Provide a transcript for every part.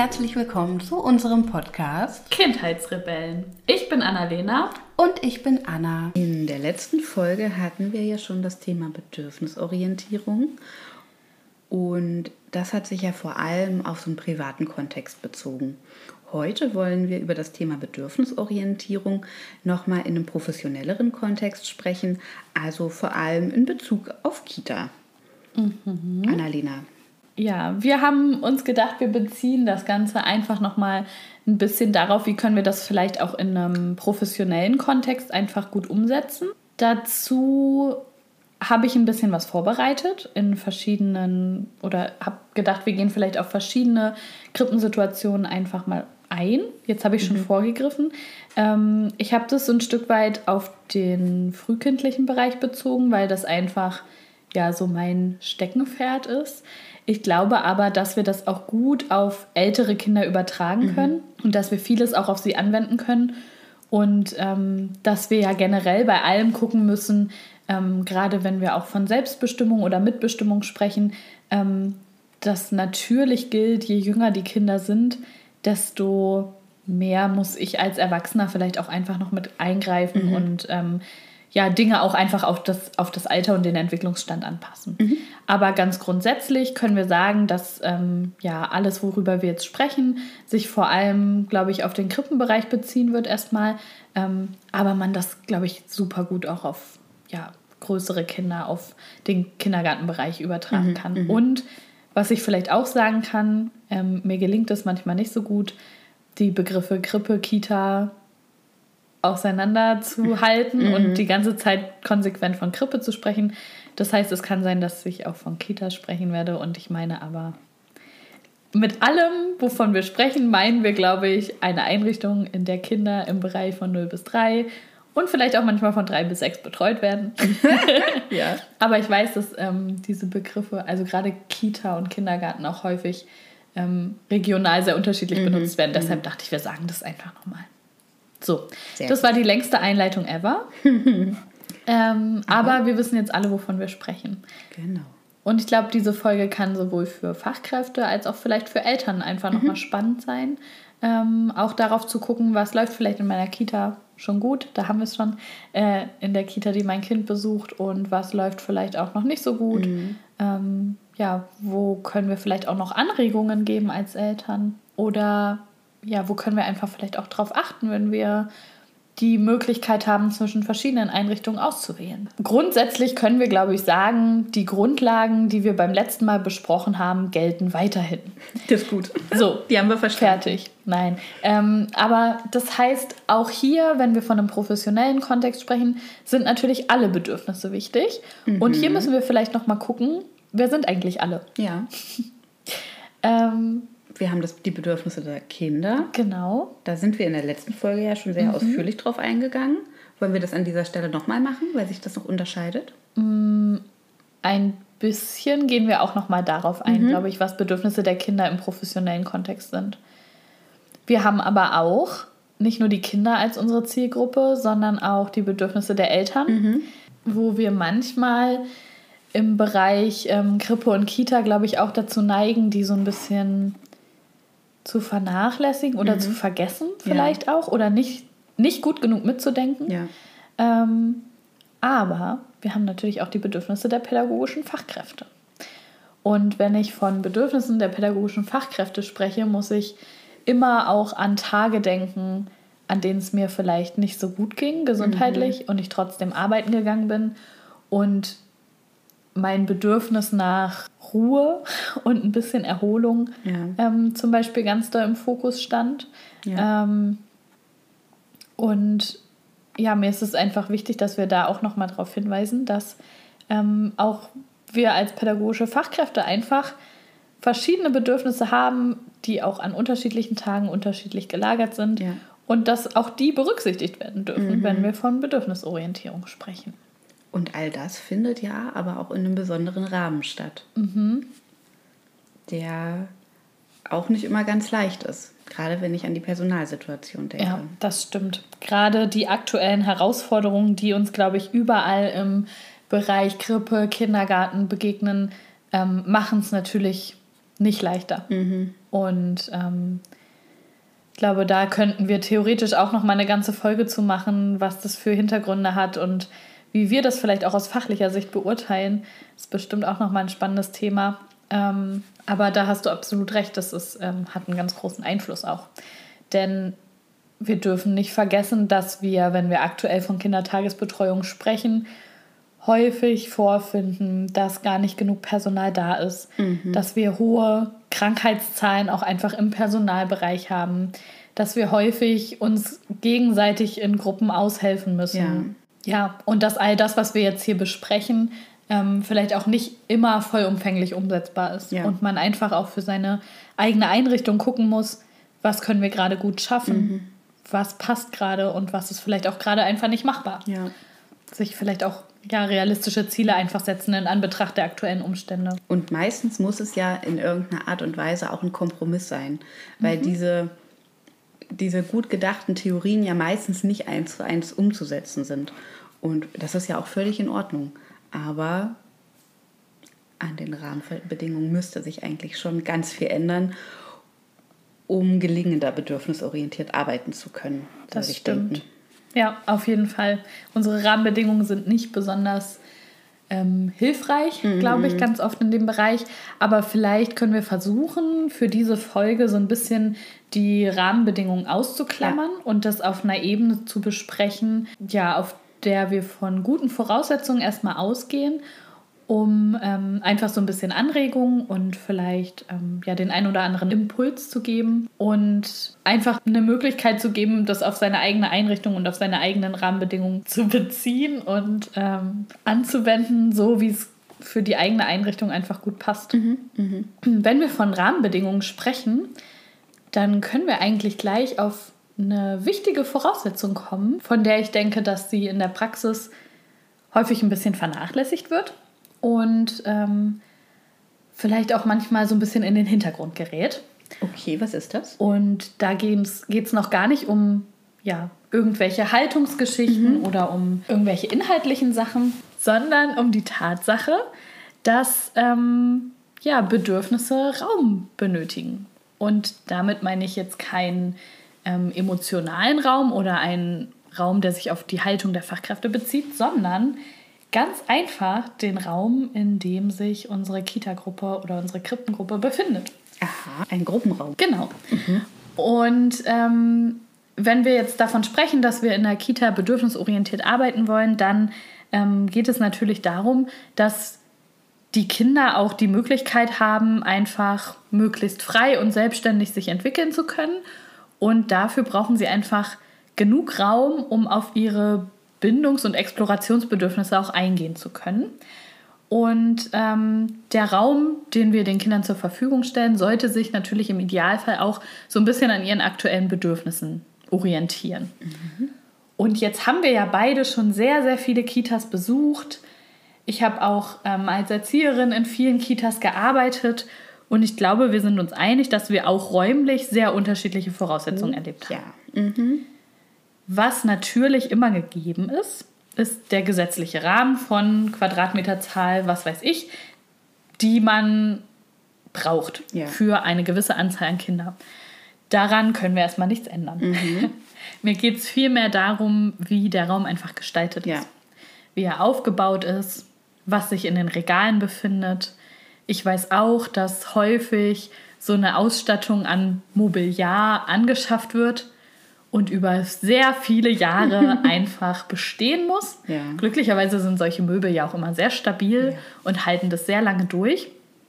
herzlich willkommen zu unserem Podcast Kindheitsrebellen. Ich bin Annalena. Und ich bin Anna. In der letzten Folge hatten wir ja schon das Thema Bedürfnisorientierung. Und das hat sich ja vor allem auf so einen privaten Kontext bezogen. Heute wollen wir über das Thema Bedürfnisorientierung nochmal in einem professionelleren Kontext sprechen, also vor allem in Bezug auf Kita. Annalena. Ja, wir haben uns gedacht, wir beziehen das Ganze einfach nochmal ein bisschen darauf, wie können wir das vielleicht auch in einem professionellen Kontext einfach gut umsetzen. Dazu habe ich ein bisschen was vorbereitet in verschiedenen, oder habe gedacht, wir gehen vielleicht auf verschiedene Krippensituationen einfach mal ein. Jetzt habe ich schon vorgegriffen. Ich habe das so ein Stück weit auf den frühkindlichen Bereich bezogen, weil das einfach ja so mein Steckenpferd ist. Ich glaube aber, dass wir das auch gut auf ältere Kinder übertragen können und dass wir vieles auch auf sie anwenden können und dass wir ja generell bei allem gucken müssen, gerade wenn wir auch von Selbstbestimmung oder Mitbestimmung sprechen, dass natürlich gilt, je jünger die Kinder sind, desto mehr muss ich als Erwachsener vielleicht auch einfach noch mit eingreifen und Dinge auch einfach auf das Alter und den Entwicklungsstand anpassen. Aber ganz grundsätzlich können wir sagen, dass alles, worüber wir jetzt sprechen, sich vor allem, glaube ich, auf den Krippenbereich beziehen wird erstmal. Aber man das, glaube ich, super gut auch auf größere Kinder, auf den Kindergartenbereich übertragen kann. Und was ich vielleicht auch sagen kann, mir gelingt es manchmal nicht so gut, die Begriffe Krippe, Kita auseinanderzuhalten und die ganze Zeit konsequent von Krippe zu sprechen. Das heißt, es kann sein, dass ich auch von Kita sprechen werde und ich meine aber, mit allem, wovon wir sprechen, meinen wir, glaube ich, eine Einrichtung, in der Kinder im Bereich von 0 bis 3 und vielleicht auch manchmal von 3 bis 6 betreut werden. Ja. Aber ich weiß, dass diese Begriffe, also gerade Kita und Kindergarten auch häufig regional sehr unterschiedlich benutzt werden. Deshalb dachte ich, wir sagen das einfach nochmal. So, das war die längste Einleitung ever. Aber wir wissen jetzt alle, wovon wir sprechen. Genau. Und ich glaube, diese Folge kann sowohl für Fachkräfte als auch vielleicht für Eltern einfach nochmal spannend sein. Auch darauf zu gucken, was läuft vielleicht in meiner Kita schon gut. Da haben wir es schon in der Kita, die mein Kind besucht. Und was läuft vielleicht auch noch nicht so gut. Wo können wir vielleicht auch noch Anregungen geben als Eltern? Oder wo können wir einfach vielleicht auch darauf achten, wenn wir die Möglichkeit haben, zwischen verschiedenen Einrichtungen auszuwählen. Grundsätzlich können wir, glaube ich, sagen, die Grundlagen, die wir beim letzten Mal besprochen haben, gelten weiterhin. Das ist gut. So, die haben wir verstanden. Fertig. Nein. Aber das heißt, auch hier, wenn wir von einem professionellen Kontext sprechen, sind natürlich alle Bedürfnisse wichtig. Und hier müssen wir vielleicht noch mal gucken, wer sind eigentlich alle? Ja. Wir haben die Bedürfnisse der Kinder. Genau. Da sind wir in der letzten Folge ja schon sehr ausführlich drauf eingegangen. Wollen wir das an dieser Stelle nochmal machen, weil sich das noch unterscheidet? Ein bisschen gehen wir auch nochmal darauf ein, glaube ich, was Bedürfnisse der Kinder im professionellen Kontext sind. Wir haben aber auch nicht nur die Kinder als unsere Zielgruppe, sondern auch die Bedürfnisse der Eltern, wo wir manchmal im Bereich Krippe und Kita, glaube ich, auch dazu neigen, die so ein bisschen zu vernachlässigen oder zu vergessen vielleicht auch oder nicht gut genug mitzudenken. Ja. Aber wir haben natürlich auch die Bedürfnisse der pädagogischen Fachkräfte. Und wenn ich von Bedürfnissen der pädagogischen Fachkräfte spreche, muss ich immer auch an Tage denken, an denen es mir vielleicht nicht so gut ging, gesundheitlich, und ich trotzdem arbeiten gegangen bin und mein Bedürfnis nach Ruhe und ein bisschen Erholung zum Beispiel ganz doll im Fokus stand. Ja. Und mir ist es einfach wichtig, dass wir da auch nochmal darauf hinweisen, dass auch wir als pädagogische Fachkräfte einfach verschiedene Bedürfnisse haben, die auch an unterschiedlichen Tagen unterschiedlich gelagert sind und dass auch die berücksichtigt werden dürfen, wenn wir von Bedürfnisorientierung sprechen. Und all das findet ja aber auch in einem besonderen Rahmen statt, der auch nicht immer ganz leicht ist, gerade wenn ich an die Personalsituation denke. Ja, das stimmt. Gerade die aktuellen Herausforderungen, die uns, glaube ich, überall im Bereich Krippe, Kindergarten begegnen, machen es natürlich nicht leichter. Und ich glaube, da könnten wir theoretisch auch noch mal eine ganze Folge zu machen, was das für Hintergründe hat und wie wir das vielleicht auch aus fachlicher Sicht beurteilen. Das ist bestimmt auch noch mal ein spannendes Thema. Aber da hast du absolut recht, das hat einen ganz großen Einfluss auch. Denn wir dürfen nicht vergessen, dass wir, wenn wir aktuell von Kindertagesbetreuung sprechen, häufig vorfinden, dass gar nicht genug Personal da ist, dass wir hohe Krankheitszahlen auch einfach im Personalbereich haben, dass wir häufig uns gegenseitig in Gruppen aushelfen müssen. Ja, und dass all das, was wir jetzt hier besprechen, vielleicht auch nicht immer vollumfänglich umsetzbar ist. Ja. Und man einfach auch für seine eigene Einrichtung gucken muss, was können wir gerade gut schaffen, was passt gerade und was ist vielleicht auch gerade einfach nicht machbar. Ja. Sich vielleicht auch realistische Ziele einfach setzen in Anbetracht der aktuellen Umstände. Und meistens muss es ja in irgendeiner Art und Weise auch ein Kompromiss sein, weil diese gut gedachten Theorien ja meistens nicht 1:1 umzusetzen sind. Und das ist ja auch völlig in Ordnung. Aber an den Rahmenbedingungen müsste sich eigentlich schon ganz viel ändern, um gelingender bedürfnisorientiert arbeiten zu können. Das stimmt. Denken. Ja, auf jeden Fall. Unsere Rahmenbedingungen sind nicht besonders hilfreich, glaube ich, ganz oft in dem Bereich. Aber vielleicht können wir versuchen, für diese Folge so ein bisschen die Rahmenbedingungen auszuklammern und das auf einer Ebene zu besprechen, auf der wir von guten Voraussetzungen erstmal ausgehen, um einfach so ein bisschen Anregungen und vielleicht den ein oder anderen Impuls zu geben und einfach eine Möglichkeit zu geben, das auf seine eigene Einrichtung und auf seine eigenen Rahmenbedingungen zu beziehen und anzuwenden, so wie es für die eigene Einrichtung einfach gut passt. Wenn wir von Rahmenbedingungen sprechen, dann können wir eigentlich gleich auf eine wichtige Voraussetzung kommen, von der ich denke, dass sie in der Praxis häufig ein bisschen vernachlässigt wird und vielleicht auch manchmal so ein bisschen in den Hintergrund gerät. Okay, was ist das? Und da geht's noch gar nicht um irgendwelche Haltungsgeschichten oder um irgendwelche inhaltlichen Sachen, sondern um die Tatsache, dass Bedürfnisse Raum benötigen. Und damit meine ich jetzt keinen emotionalen Raum oder einen Raum, der sich auf die Haltung der Fachkräfte bezieht, sondern ganz einfach den Raum, in dem sich unsere Kita-Gruppe oder unsere Krippengruppe befindet. Aha, ein Gruppenraum. Genau. Und wenn wir jetzt davon sprechen, dass wir in der Kita bedürfnisorientiert arbeiten wollen, dann geht es natürlich darum, dass die Kinder auch die Möglichkeit haben, einfach möglichst frei und selbstständig sich entwickeln zu können. Und dafür brauchen sie einfach genug Raum, um auf ihre Bindungs- und Explorationsbedürfnisse auch eingehen zu können. Und der Raum, den wir den Kindern zur Verfügung stellen, sollte sich natürlich im Idealfall auch so ein bisschen an ihren aktuellen Bedürfnissen orientieren. Und jetzt haben wir ja beide schon sehr, sehr viele Kitas besucht. Ich habe auch als Erzieherin in vielen Kitas gearbeitet und ich glaube, wir sind uns einig, dass wir auch räumlich sehr unterschiedliche Voraussetzungen erlebt haben. Was natürlich immer gegeben ist, ist der gesetzliche Rahmen von Quadratmeterzahl, was weiß ich, die man braucht für eine gewisse Anzahl an Kindern. Daran können wir erstmal nichts ändern. Mir geht es vielmehr darum, wie der Raum einfach gestaltet ist, wie er aufgebaut ist, was sich in den Regalen befindet. Ich weiß auch, dass häufig so eine Ausstattung an Mobiliar angeschafft wird und über sehr viele Jahre einfach bestehen muss. Glücklicherweise sind solche Möbel ja auch immer sehr stabil und halten das sehr lange durch.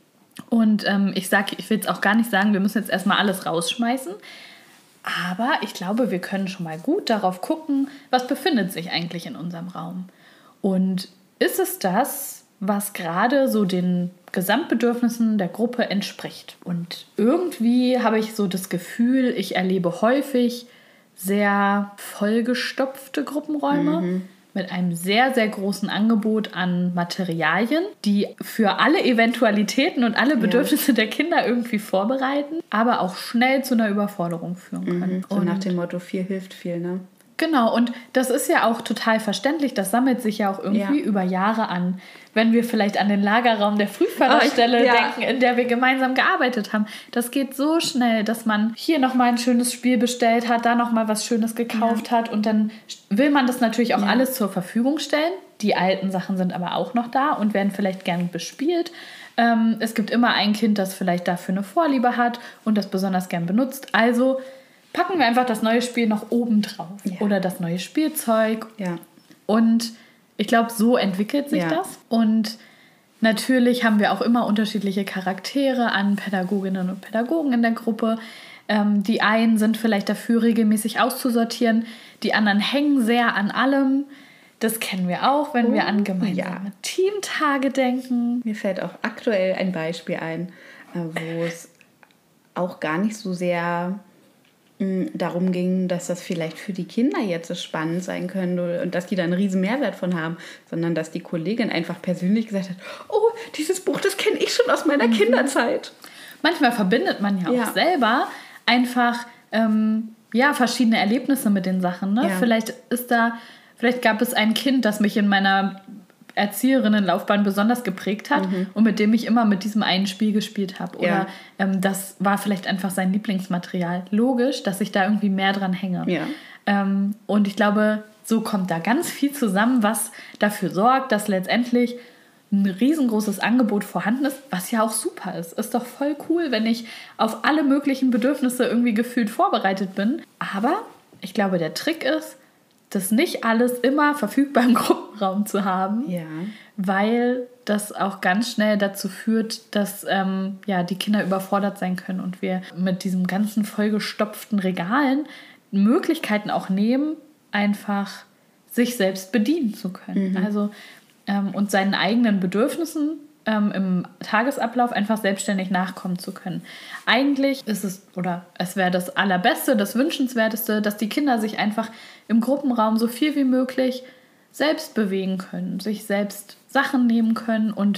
Und ich will jetzt auch gar nicht sagen, wir müssen jetzt erstmal alles rausschmeißen. Aber ich glaube, wir können schon mal gut darauf gucken, was befindet sich eigentlich in unserem Raum. Und ist es das, was gerade so den Gesamtbedürfnissen der Gruppe entspricht? Und irgendwie habe ich so das Gefühl, ich erlebe häufig sehr vollgestopfte Gruppenräume mit einem sehr, sehr großen Angebot an Materialien, die für alle Eventualitäten und alle Bedürfnisse der Kinder irgendwie vorbereiten, aber auch schnell zu einer Überforderung führen können. So nach dem Motto, viel hilft viel, ne? Genau, und das ist ja auch total verständlich. Das sammelt sich ja auch irgendwie über Jahre an. Wenn wir vielleicht an den Lagerraum der Frühförderstelle denken, in der wir gemeinsam gearbeitet haben. Das geht so schnell, dass man hier nochmal ein schönes Spiel bestellt hat, da nochmal was Schönes gekauft hat. Und dann will man das natürlich auch alles zur Verfügung stellen. Die alten Sachen sind aber auch noch da und werden vielleicht gern bespielt. Es gibt immer ein Kind, das vielleicht dafür eine Vorliebe hat und das besonders gern benutzt. Also packen wir einfach das neue Spiel noch oben drauf. Oder das neue Spielzeug. Ja. Und ich glaube, so entwickelt sich das. Und natürlich haben wir auch immer unterschiedliche Charaktere an Pädagoginnen und Pädagogen in der Gruppe. Die einen sind vielleicht dafür, regelmäßig auszusortieren. Die anderen hängen sehr an allem. Das kennen wir auch, wenn wir an gemeinsame Teamtage denken. Mir fällt auch aktuell ein Beispiel ein, wo es auch gar nicht so sehr darum ging, dass das vielleicht für die Kinder jetzt so spannend sein könnte und dass die da einen riesen Mehrwert von haben, sondern dass die Kollegin einfach persönlich gesagt hat, oh, dieses Buch, das kenne ich schon aus meiner Kinderzeit. Manchmal verbindet man ja auch selber einfach verschiedene Erlebnisse mit den Sachen. Ne? Ja. Vielleicht gab es ein Kind, das mich in meiner Erzieherinnenlaufbahn besonders geprägt hat und mit dem ich immer mit diesem einen Spiel gespielt habe. Oder das war vielleicht einfach sein Lieblingsmaterial. Logisch, dass ich da irgendwie mehr dran hänge. Ja. Und ich glaube, so kommt da ganz viel zusammen, was dafür sorgt, dass letztendlich ein riesengroßes Angebot vorhanden ist, was ja auch super ist. Ist doch voll cool, wenn ich auf alle möglichen Bedürfnisse irgendwie gefühlt vorbereitet bin. Aber ich glaube, der Trick ist, das nicht alles immer verfügbar im Gruppenraum zu haben, weil das auch ganz schnell dazu führt, dass die Kinder überfordert sein können und wir mit diesem ganzen vollgestopften Regalen Möglichkeiten auch nehmen, einfach sich selbst bedienen zu können. Also und seinen eigenen Bedürfnissen im Tagesablauf einfach selbstständig nachkommen zu können. Eigentlich ist es wäre das Allerbeste, das Wünschenswerteste, dass die Kinder sich einfach im Gruppenraum so viel wie möglich selbst bewegen können, sich selbst Sachen nehmen können. Und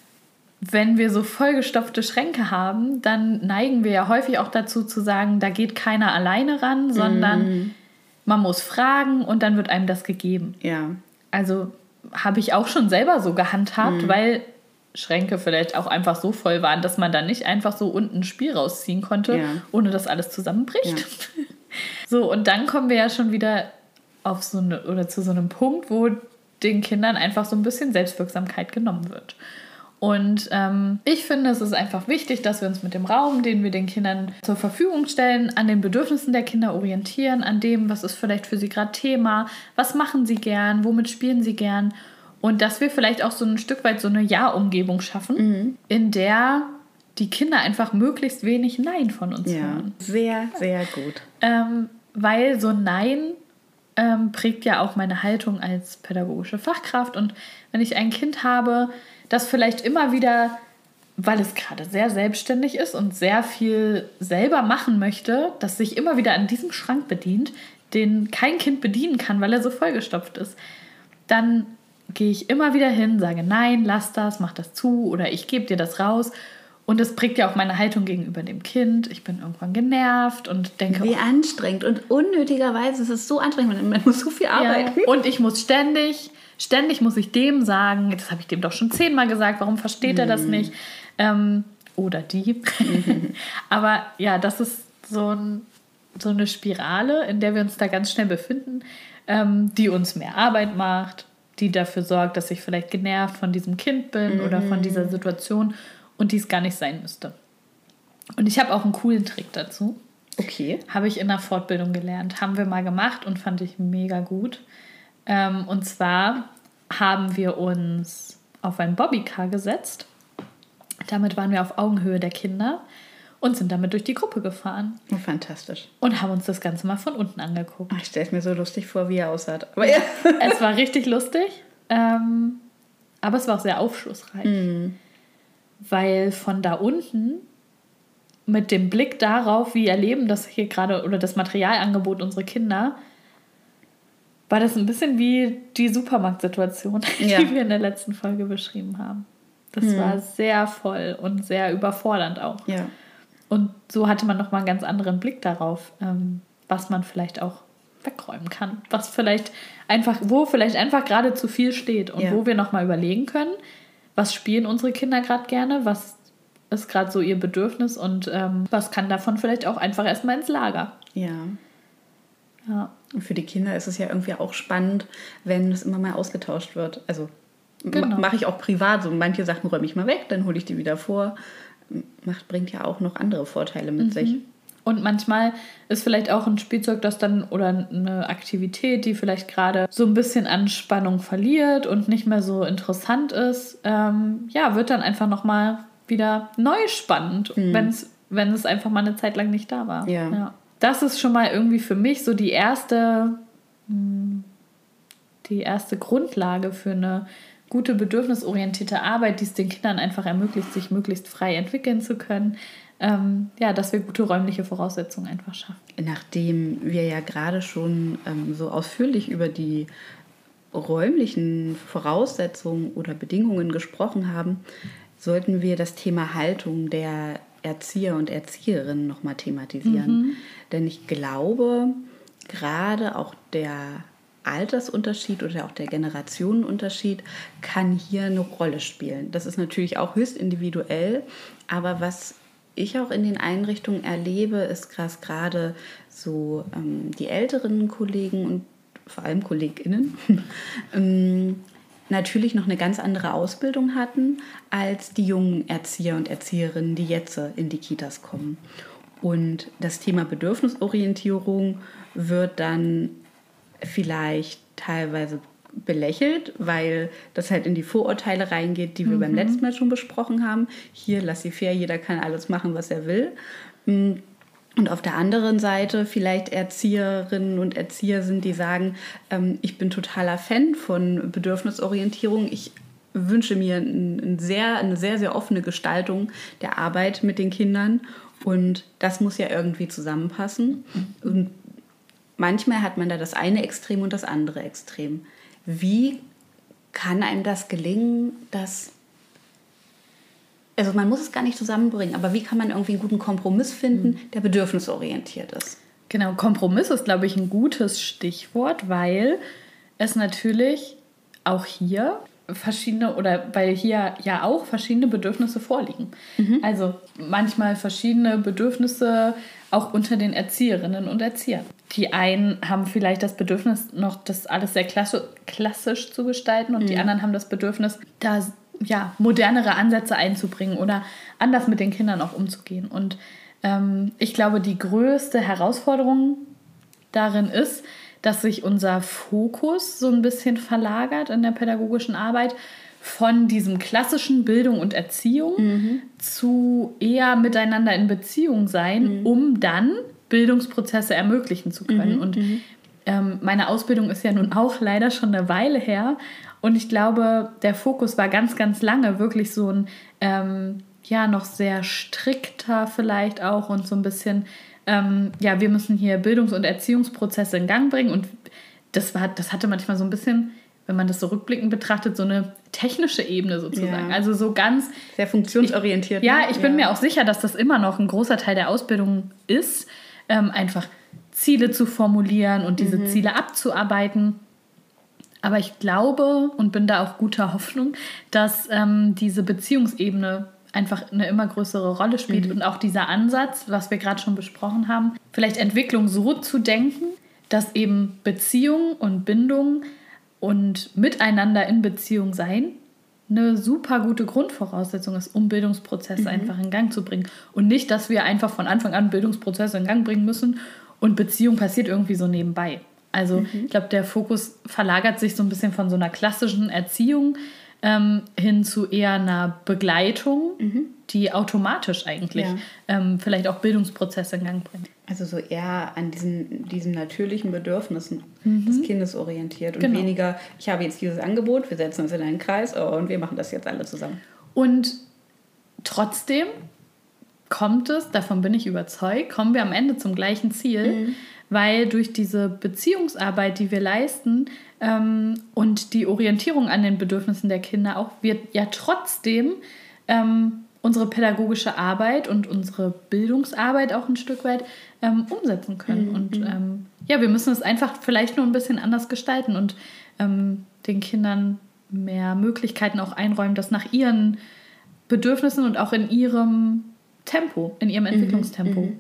wenn wir so vollgestopfte Schränke haben, dann neigen wir ja häufig auch dazu zu sagen, da geht keiner alleine ran, sondern man muss fragen und dann wird einem das gegeben. Ja. Also habe ich auch schon selber so gehandhabt, weil Schränke vielleicht auch einfach so voll waren, dass man da nicht einfach so unten ein Spiel rausziehen konnte, ohne dass alles zusammenbricht. Ja. So, und dann kommen wir ja schon wieder auf zu so einem Punkt, wo den Kindern einfach so ein bisschen Selbstwirksamkeit genommen wird. Und ich finde, es ist einfach wichtig, dass wir uns mit dem Raum, den wir den Kindern zur Verfügung stellen, an den Bedürfnissen der Kinder orientieren, an dem, was ist vielleicht für sie gerade Thema, was machen sie gern, womit spielen sie gern. Und dass wir vielleicht auch so ein Stück weit so eine Ja-Umgebung schaffen, in der die Kinder einfach möglichst wenig Nein von uns hören. Sehr, sehr gut. Weil so Nein prägt ja auch meine Haltung als pädagogische Fachkraft. Und wenn ich ein Kind habe, das vielleicht immer wieder, weil es gerade sehr selbstständig ist und sehr viel selber machen möchte, das sich immer wieder an diesem Schrank bedient, den kein Kind bedienen kann, weil er so vollgestopft ist, dann gehe ich immer wieder hin, sage nein, lass das, mach das zu oder ich gebe dir das raus. Und das prägt ja auch meine Haltung gegenüber dem Kind. Ich bin irgendwann genervt und denke... Wie anstrengend und unnötigerweise ist es so anstrengend, man muss so viel arbeiten. Ja, und ich muss ständig muss ich dem sagen, das habe ich dem doch schon 10-mal gesagt, warum versteht er das nicht? Oder die. Aber ja, das ist so eine Spirale, in der wir uns da ganz schnell befinden, die uns mehr Arbeit macht, die dafür sorgt, dass ich vielleicht genervt von diesem Kind bin oder von dieser Situation und die es gar nicht sein müsste. Und ich habe auch einen coolen Trick dazu. Okay. Habe ich in der Fortbildung gelernt. Haben wir mal gemacht und fand ich mega gut. Und zwar haben wir uns auf ein Bobbycar gesetzt. Damit waren wir auf Augenhöhe der Kinder und sind damit durch die Gruppe gefahren. Oh, fantastisch. Und haben uns das Ganze mal von unten angeguckt. Ich stelle es mir so lustig vor, wie er aussah. Aber ja. Es war richtig lustig, aber es war auch sehr aufschlussreich. Weil von da unten mit dem Blick darauf, wie erleben das hier gerade oder das Materialangebot unsere Kinder, war das ein bisschen wie die Supermarktsituation, die wir in der letzten Folge beschrieben haben. Das war sehr voll und sehr überfordernd auch. Ja. Und so hatte man nochmal einen ganz anderen Blick darauf, was man vielleicht auch wegräumen kann. Wo vielleicht einfach gerade zu viel steht und wo wir nochmal überlegen können, was spielen unsere Kinder gerade gerne, was ist gerade so ihr Bedürfnis und was kann davon vielleicht auch einfach erstmal ins Lager. Ja. Und für die Kinder ist es ja irgendwie auch spannend, wenn es immer mal ausgetauscht wird. Also mache ich auch privat so. Manche Sachen räume ich mal weg, dann hole ich die wieder vor. Bringt ja auch noch andere Vorteile mit sich. Und manchmal ist vielleicht auch ein Spielzeug, das dann oder eine Aktivität, die vielleicht gerade so ein bisschen an Spannung verliert und nicht mehr so interessant ist, wird dann einfach nochmal wieder neu spannend, wenn es einfach mal eine Zeit lang nicht da war. Ja. Das ist schon mal irgendwie für mich so die erste Grundlage für eine gute bedürfnisorientierte Arbeit, die es den Kindern einfach ermöglicht, sich möglichst frei entwickeln zu können. Dass wir gute räumliche Voraussetzungen einfach schaffen. Nachdem wir ja gerade schon so ausführlich über die räumlichen Voraussetzungen oder Bedingungen gesprochen haben, sollten wir das Thema Haltung der Erzieher und Erzieherinnen nochmal thematisieren. Denn ich glaube, gerade auch der Altersunterschied oder auch der Generationenunterschied kann hier eine Rolle spielen. Das ist natürlich auch höchst individuell, aber was ich auch in den Einrichtungen erlebe, ist gerade so die älteren Kollegen und vor allem KollegInnen natürlich noch eine ganz andere Ausbildung hatten als die jungen Erzieher und Erzieherinnen, die jetzt in die Kitas kommen. Und das Thema Bedürfnisorientierung wird dann vielleicht teilweise belächelt, weil das halt in die Vorurteile reingeht, die wir beim letzten Mal schon besprochen haben. Hier, laissez-faire, jeder kann alles machen, was er will. Und auf der anderen Seite vielleicht Erzieherinnen und Erzieher sind, die sagen, ich bin totaler Fan von Bedürfnisorientierung. Ich wünsche mir eine sehr, sehr offene Gestaltung der Arbeit mit den Kindern. Und das muss ja irgendwie zusammenpassen. Und manchmal hat man da das eine Extrem und das andere Extrem. Wie kann einem das gelingen, also man muss es gar nicht zusammenbringen, aber wie kann man irgendwie einen guten Kompromiss finden, der bedürfnisorientiert ist? Genau, Kompromiss ist, glaube ich, ein gutes Stichwort, weil es natürlich auch hier weil hier ja auch verschiedene Bedürfnisse vorliegen. Also manchmal verschiedene Bedürfnisse auch unter den Erzieherinnen und Erziehern. Die einen haben vielleicht das Bedürfnis, noch das alles sehr klassisch zu gestalten und die anderen haben das Bedürfnis, da modernere Ansätze einzubringen oder anders mit den Kindern auch umzugehen. Und ich glaube, die größte Herausforderung darin ist, dass sich unser Fokus so ein bisschen verlagert in der pädagogischen Arbeit von diesem klassischen Bildung und Erziehung zu eher miteinander in Beziehung sein, um dann Bildungsprozesse ermöglichen zu können. Und meine Ausbildung ist ja nun auch leider schon eine Weile her und ich glaube, der Fokus war ganz, ganz lange wirklich so ein noch sehr strikter vielleicht auch und so ein bisschen wir müssen hier Bildungs- und Erziehungsprozesse in Gang bringen und das hatte manchmal so ein bisschen, wenn man das so rückblickend betrachtet, so eine technische Ebene sozusagen. Ja. Also so ganz... Sehr funktionsorientiert. Ich bin mir auch sicher, dass das immer noch ein großer Teil der Ausbildung ist, einfach Ziele zu formulieren und diese Ziele abzuarbeiten. Aber ich glaube und bin da auch guter Hoffnung, dass diese Beziehungsebene einfach eine immer größere Rolle spielt und auch dieser Ansatz, was wir gerade schon besprochen haben, vielleicht Entwicklung so zu denken, dass eben Beziehung und Bindung und miteinander in Beziehung sein eine super gute Grundvoraussetzung ist, um Bildungsprozesse einfach in Gang zu bringen. Und nicht, dass wir einfach von Anfang an Bildungsprozesse in Gang bringen müssen und Beziehung passiert irgendwie so nebenbei. Also ich glaube, der Fokus verlagert sich so ein bisschen von so einer klassischen Erziehung hin zu eher einer Begleitung, die automatisch eigentlich vielleicht auch Bildungsprozesse in Gang bringt. Also so eher an diesen natürlichen Bedürfnissen des Kindes orientiert und weniger, ich habe jetzt dieses Angebot, wir setzen uns in einen Kreis und wir machen das jetzt alle zusammen. Und trotzdem kommen wir am Ende zum gleichen Ziel, weil durch diese Beziehungsarbeit, die wir leisten und die Orientierung an den Bedürfnissen der Kinder auch, wir ja trotzdem unsere pädagogische Arbeit und unsere Bildungsarbeit auch ein Stück weit umsetzen können. Und wir müssen es einfach vielleicht nur ein bisschen anders gestalten und den Kindern mehr Möglichkeiten auch einräumen, das nach ihren Bedürfnissen und auch in ihrem Tempo, in ihrem Entwicklungstempo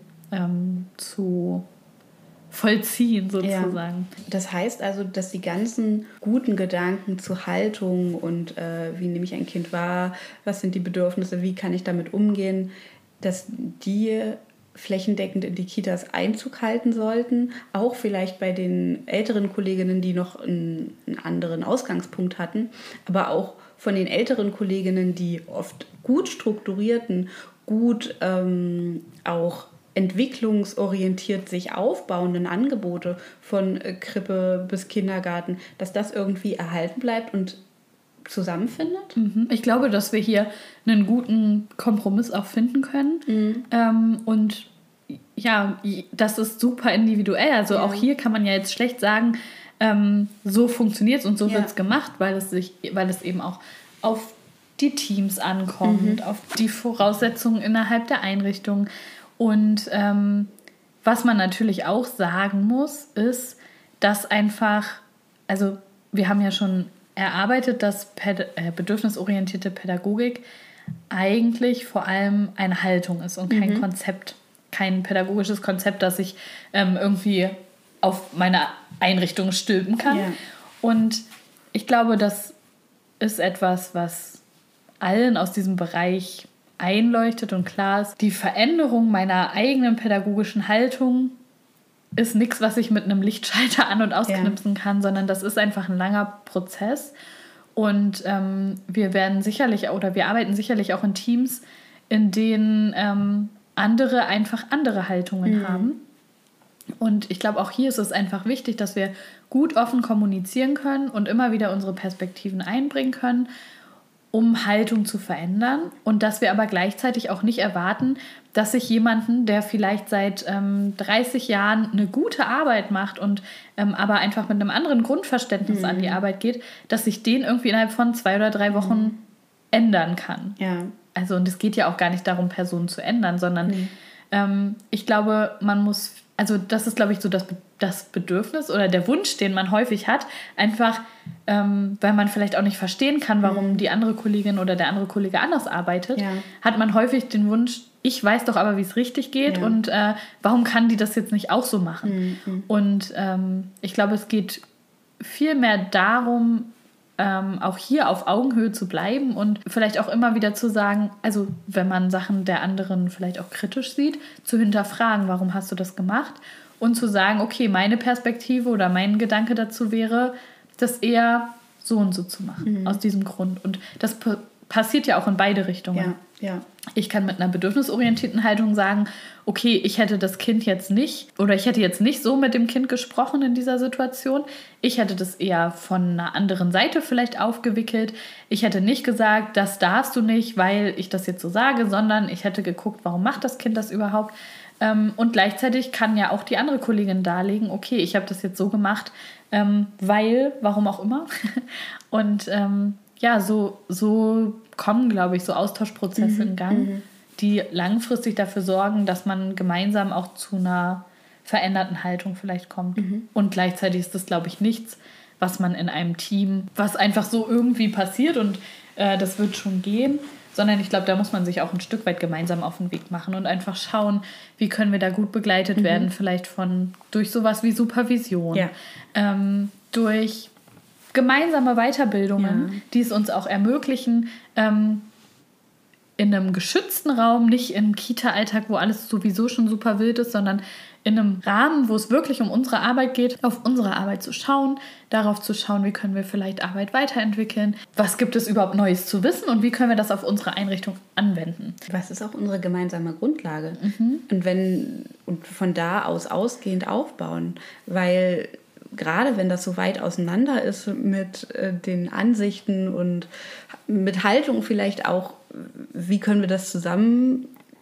zu vollziehen sozusagen. Ja. Das heißt also, dass die ganzen guten Gedanken zu Haltung und wie nehme ich ein Kind wahr, was sind die Bedürfnisse, wie kann ich damit umgehen, dass die flächendeckend in die Kitas Einzug halten sollten, auch vielleicht bei den älteren Kolleginnen, die noch einen anderen Ausgangspunkt hatten, aber auch von den älteren Kolleginnen, die oft gut strukturierten, gut auch entwicklungsorientiert sich aufbauenden Angebote von Krippe bis Kindergarten, dass das irgendwie erhalten bleibt und zusammenfindet? Ich glaube, dass wir hier einen guten Kompromiss auch finden können. Und ja, das ist super individuell. Also auch hier kann man ja jetzt schlecht sagen, so funktioniert es und so wird es gemacht, weil es eben auch auf die Teams ankommt, auf die Voraussetzungen innerhalb der Einrichtung. Und was man natürlich auch sagen muss, ist, dass einfach, also wir haben ja schon erarbeitet, dass bedürfnisorientierte Pädagogik eigentlich vor allem eine Haltung ist und kein Konzept, kein pädagogisches Konzept, das ich irgendwie auf meine Einrichtung stülpen kann. Ja. Und ich glaube, das ist etwas, was allen aus diesem Bereich einleuchtet und klar ist. Die Veränderung meiner eigenen pädagogischen Haltung ist nichts, was ich mit einem Lichtschalter an- und ausknipsen kann, sondern das ist einfach ein langer Prozess. Und wir arbeiten sicherlich auch in Teams, in denen andere einfach andere Haltungen haben. Und ich glaube, auch hier ist es einfach wichtig, dass wir gut offen kommunizieren können und immer wieder unsere Perspektiven einbringen können, um Haltung zu verändern. Und dass wir aber gleichzeitig auch nicht erwarten, dass sich jemanden, der vielleicht seit 30 Jahren eine gute Arbeit macht und aber einfach mit einem anderen Grundverständnis an die Arbeit geht, dass sich den irgendwie innerhalb von 2 oder 3 Wochen ändern kann. Ja. Also, und es geht ja auch gar nicht darum, Personen zu ändern, sondern ich glaube, man muss, also das ist, glaube ich, so das Bedürfnis oder der Wunsch, den man häufig hat, einfach, weil man vielleicht auch nicht verstehen kann, warum die andere Kollegin oder der andere Kollege anders arbeitet, hat man häufig den Wunsch, ich weiß doch aber, wie es richtig geht und warum kann die das jetzt nicht auch so machen? Und ich glaube, es geht viel mehr darum, auch hier auf Augenhöhe zu bleiben und vielleicht auch immer wieder zu sagen, also wenn man Sachen der anderen vielleicht auch kritisch sieht, zu hinterfragen, warum hast du das gemacht? Und zu sagen, okay, meine Perspektive oder mein Gedanke dazu wäre, das eher so und so zu machen, aus diesem Grund. Und das passiert ja auch in beide Richtungen. Ja. Ich kann mit einer bedürfnisorientierten Haltung sagen, okay, ich hätte das Kind jetzt nicht oder ich hätte jetzt nicht so mit dem Kind gesprochen in dieser Situation. Ich hätte das eher von einer anderen Seite vielleicht aufgewickelt. Ich hätte nicht gesagt, das darfst du nicht, weil ich das jetzt so sage, sondern ich hätte geguckt, warum macht das Kind das überhaupt? Und gleichzeitig kann ja auch die andere Kollegin darlegen, okay, ich habe das jetzt so gemacht, weil, warum auch immer. Und so kommen, glaube ich, so Austauschprozesse in Gang, die langfristig dafür sorgen, dass man gemeinsam auch zu einer veränderten Haltung vielleicht kommt. Und gleichzeitig ist das, glaube ich, nichts, was man in einem Team, was einfach so irgendwie passiert und das wird schon gehen, sondern ich glaube, da muss man sich auch ein Stück weit gemeinsam auf den Weg machen und einfach schauen, wie können wir da gut begleitet werden, vielleicht durch sowas wie Supervision, durch gemeinsame Weiterbildungen, die es uns auch ermöglichen, in einem geschützten Raum, nicht im Kita-Alltag, wo alles sowieso schon super wild ist, sondern in einem Rahmen, wo es wirklich um unsere Arbeit geht, auf unsere Arbeit zu schauen, darauf zu schauen, wie können wir vielleicht Arbeit weiterentwickeln, was gibt es überhaupt Neues zu wissen und wie können wir das auf unsere Einrichtung anwenden. Was ist auch unsere gemeinsame Grundlage? Und von da aus ausgehend aufbauen, weil gerade wenn das so weit auseinander ist mit den Ansichten und mit Haltung vielleicht auch, wie können wir das zusammen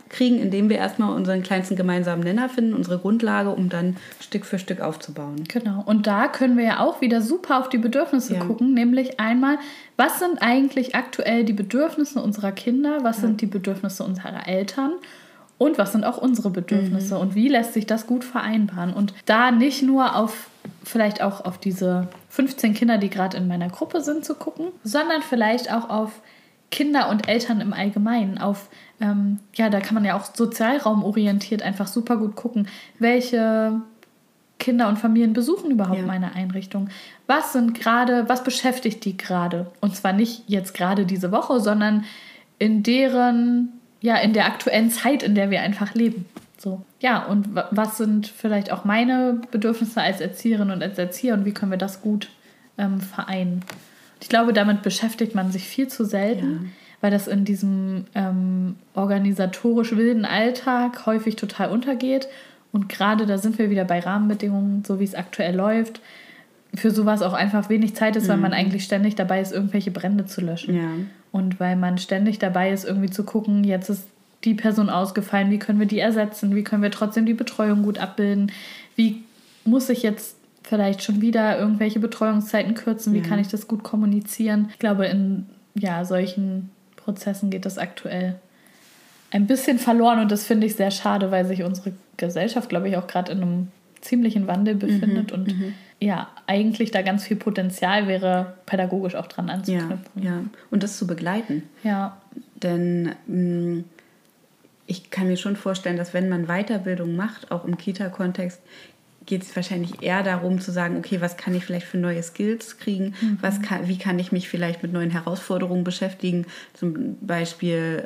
kriegen, indem wir erstmal unseren kleinsten gemeinsamen Nenner finden, unsere Grundlage, um dann Stück für Stück aufzubauen. Genau. Und da können wir ja auch wieder super auf die Bedürfnisse gucken, nämlich einmal, was sind eigentlich aktuell die Bedürfnisse unserer Kinder, was sind die Bedürfnisse unserer Eltern und was sind auch unsere Bedürfnisse und wie lässt sich das gut vereinbaren. Und da nicht nur vielleicht auch auf diese 15 Kinder, die gerade in meiner Gruppe sind, zu gucken, sondern vielleicht auch auf Kinder und Eltern im Allgemeinen, da kann man ja auch sozialraumorientiert einfach super gut gucken, welche Kinder und Familien besuchen überhaupt meine Einrichtung. Was beschäftigt die gerade? Und zwar nicht jetzt gerade diese Woche, sondern in der aktuellen Zeit, in der wir einfach leben. So. Ja, und was sind vielleicht auch meine Bedürfnisse als Erzieherin und als Erzieher und wie können wir das gut vereinen? Ich glaube, damit beschäftigt man sich viel zu selten, weil das in diesem organisatorisch wilden Alltag häufig total untergeht. Und gerade da sind wir wieder bei Rahmenbedingungen, so wie es aktuell läuft, für sowas auch einfach wenig Zeit ist, weil man eigentlich ständig dabei ist, irgendwelche Brände zu löschen. Ja. Und weil man ständig dabei ist, irgendwie zu gucken, jetzt ist die Person ausgefallen, wie können wir die ersetzen, wie können wir trotzdem die Betreuung gut abbilden, wie muss ich jetzt vielleicht schon wieder irgendwelche Betreuungszeiten kürzen, wie kann ich das gut kommunizieren. Ich glaube, in solchen Prozessen geht das aktuell ein bisschen verloren und das finde ich sehr schade, weil sich unsere Gesellschaft, glaube ich, auch gerade in einem ziemlichen Wandel befindet und eigentlich da ganz viel Potenzial wäre, pädagogisch auch dran anzuknüpfen. Ja, und das zu begleiten. Ja. Denn ich kann mir schon vorstellen, dass wenn man Weiterbildung macht, auch im Kita-Kontext, geht es wahrscheinlich eher darum zu sagen, okay, was kann ich vielleicht für neue Skills kriegen, wie kann ich mich vielleicht mit neuen Herausforderungen beschäftigen, zum Beispiel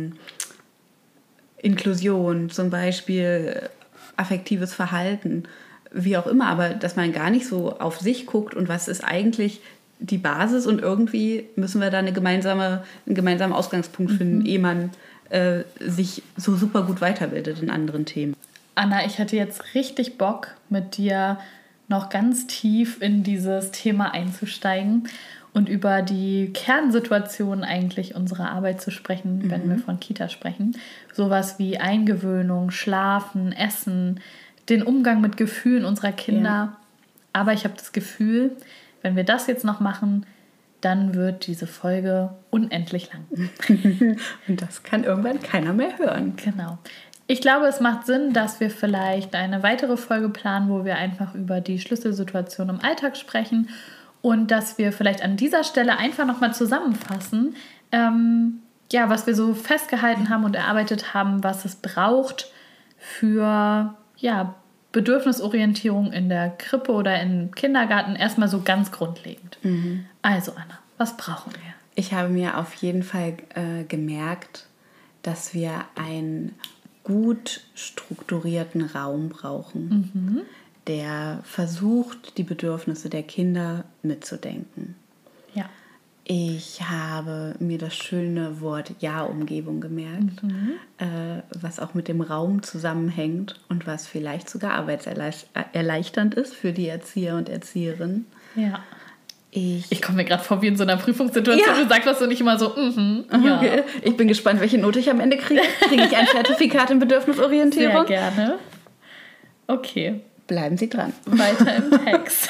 Inklusion, zum Beispiel affektives Verhalten, wie auch immer, aber dass man gar nicht so auf sich guckt und was ist eigentlich die Basis und irgendwie müssen wir da einen gemeinsamen Ausgangspunkt finden, ehe man sich so super gut weiterbildet in anderen Themen. Anna, ich hätte jetzt richtig Bock, mit dir noch ganz tief in dieses Thema einzusteigen und über die Kernsituation eigentlich unserer Arbeit zu sprechen, wenn wir von Kita sprechen. Sowas wie Eingewöhnung, Schlafen, Essen, den Umgang mit Gefühlen unserer Kinder. Ja. Aber ich habe das Gefühl, wenn wir das jetzt noch machen, dann wird diese Folge unendlich lang. Und das kann irgendwann keiner mehr hören. Genau. Ich glaube, es macht Sinn, dass wir vielleicht eine weitere Folge planen, wo wir einfach über die Schlüsselsituation im Alltag sprechen und dass wir vielleicht an dieser Stelle einfach nochmal zusammenfassen, was wir so festgehalten haben und erarbeitet haben, was es braucht für Bedürfnisorientierung in der Krippe oder im Kindergarten, erstmal so ganz grundlegend. Also Anna, was brauchen wir? Ich habe mir auf jeden Fall gemerkt, dass wir einen gut strukturierten Raum brauchen, der versucht, die Bedürfnisse der Kinder mitzudenken. Ja. Ich habe mir das schöne Wort Ja-Umgebung gemerkt, was auch mit dem Raum zusammenhängt und was vielleicht sogar arbeitserleichternd ist für die Erzieher und Erzieherinnen. Ja. Ich komme mir gerade vor wie in so einer Prüfungssituation. Ja. Du sagst das so nicht immer so, ja. Okay. Ich bin gespannt, welche Note ich am Ende kriege. Kriege ich ein Zertifikat in Bedürfnisorientierung? Sehr gerne. Okay. Bleiben Sie dran. Weiter im Text.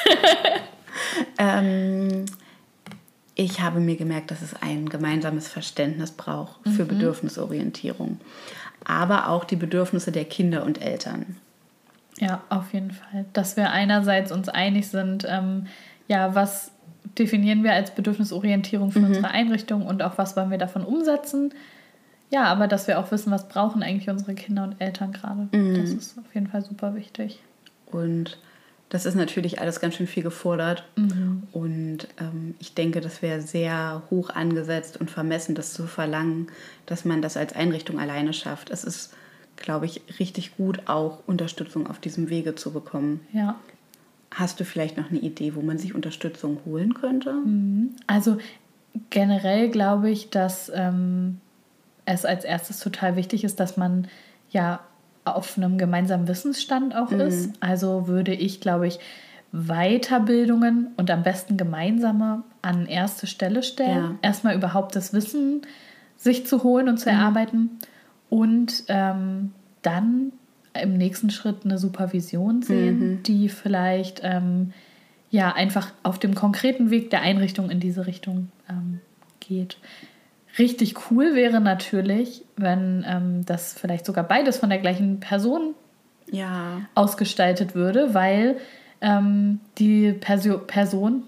Ich habe mir gemerkt, dass es ein gemeinsames Verständnis braucht für Bedürfnisorientierung. Aber auch die Bedürfnisse der Kinder und Eltern. Ja, auf jeden Fall. Dass wir einerseits uns einig sind, was definieren wir als Bedürfnisorientierung für unsere Einrichtung und auch was wollen wir davon umsetzen. Ja, aber dass wir auch wissen, was brauchen eigentlich unsere Kinder und Eltern gerade. Das ist auf jeden Fall super wichtig. Und das ist natürlich alles ganz schön viel gefordert. Und ich denke, das wäre sehr hoch angesetzt und vermessen, das zu verlangen, dass man das als Einrichtung alleine schafft. Es ist, glaube ich, richtig gut, auch Unterstützung auf diesem Wege zu bekommen. Ja. Hast du vielleicht noch eine Idee, wo man sich Unterstützung holen könnte? Also generell glaube ich, dass es als erstes total wichtig ist, dass man auf einem gemeinsamen Wissensstand auch ist. Also würde ich, glaube ich, Weiterbildungen und am besten gemeinsame an erste Stelle stellen. Ja. Erstmal überhaupt das Wissen sich zu holen und zu erarbeiten. und dann im nächsten Schritt eine Supervision sehen, die vielleicht einfach auf dem konkreten Weg der Einrichtung in diese Richtung geht. Richtig cool wäre natürlich, wenn das vielleicht sogar beides von der gleichen Person ausgestaltet würde, weil die Person,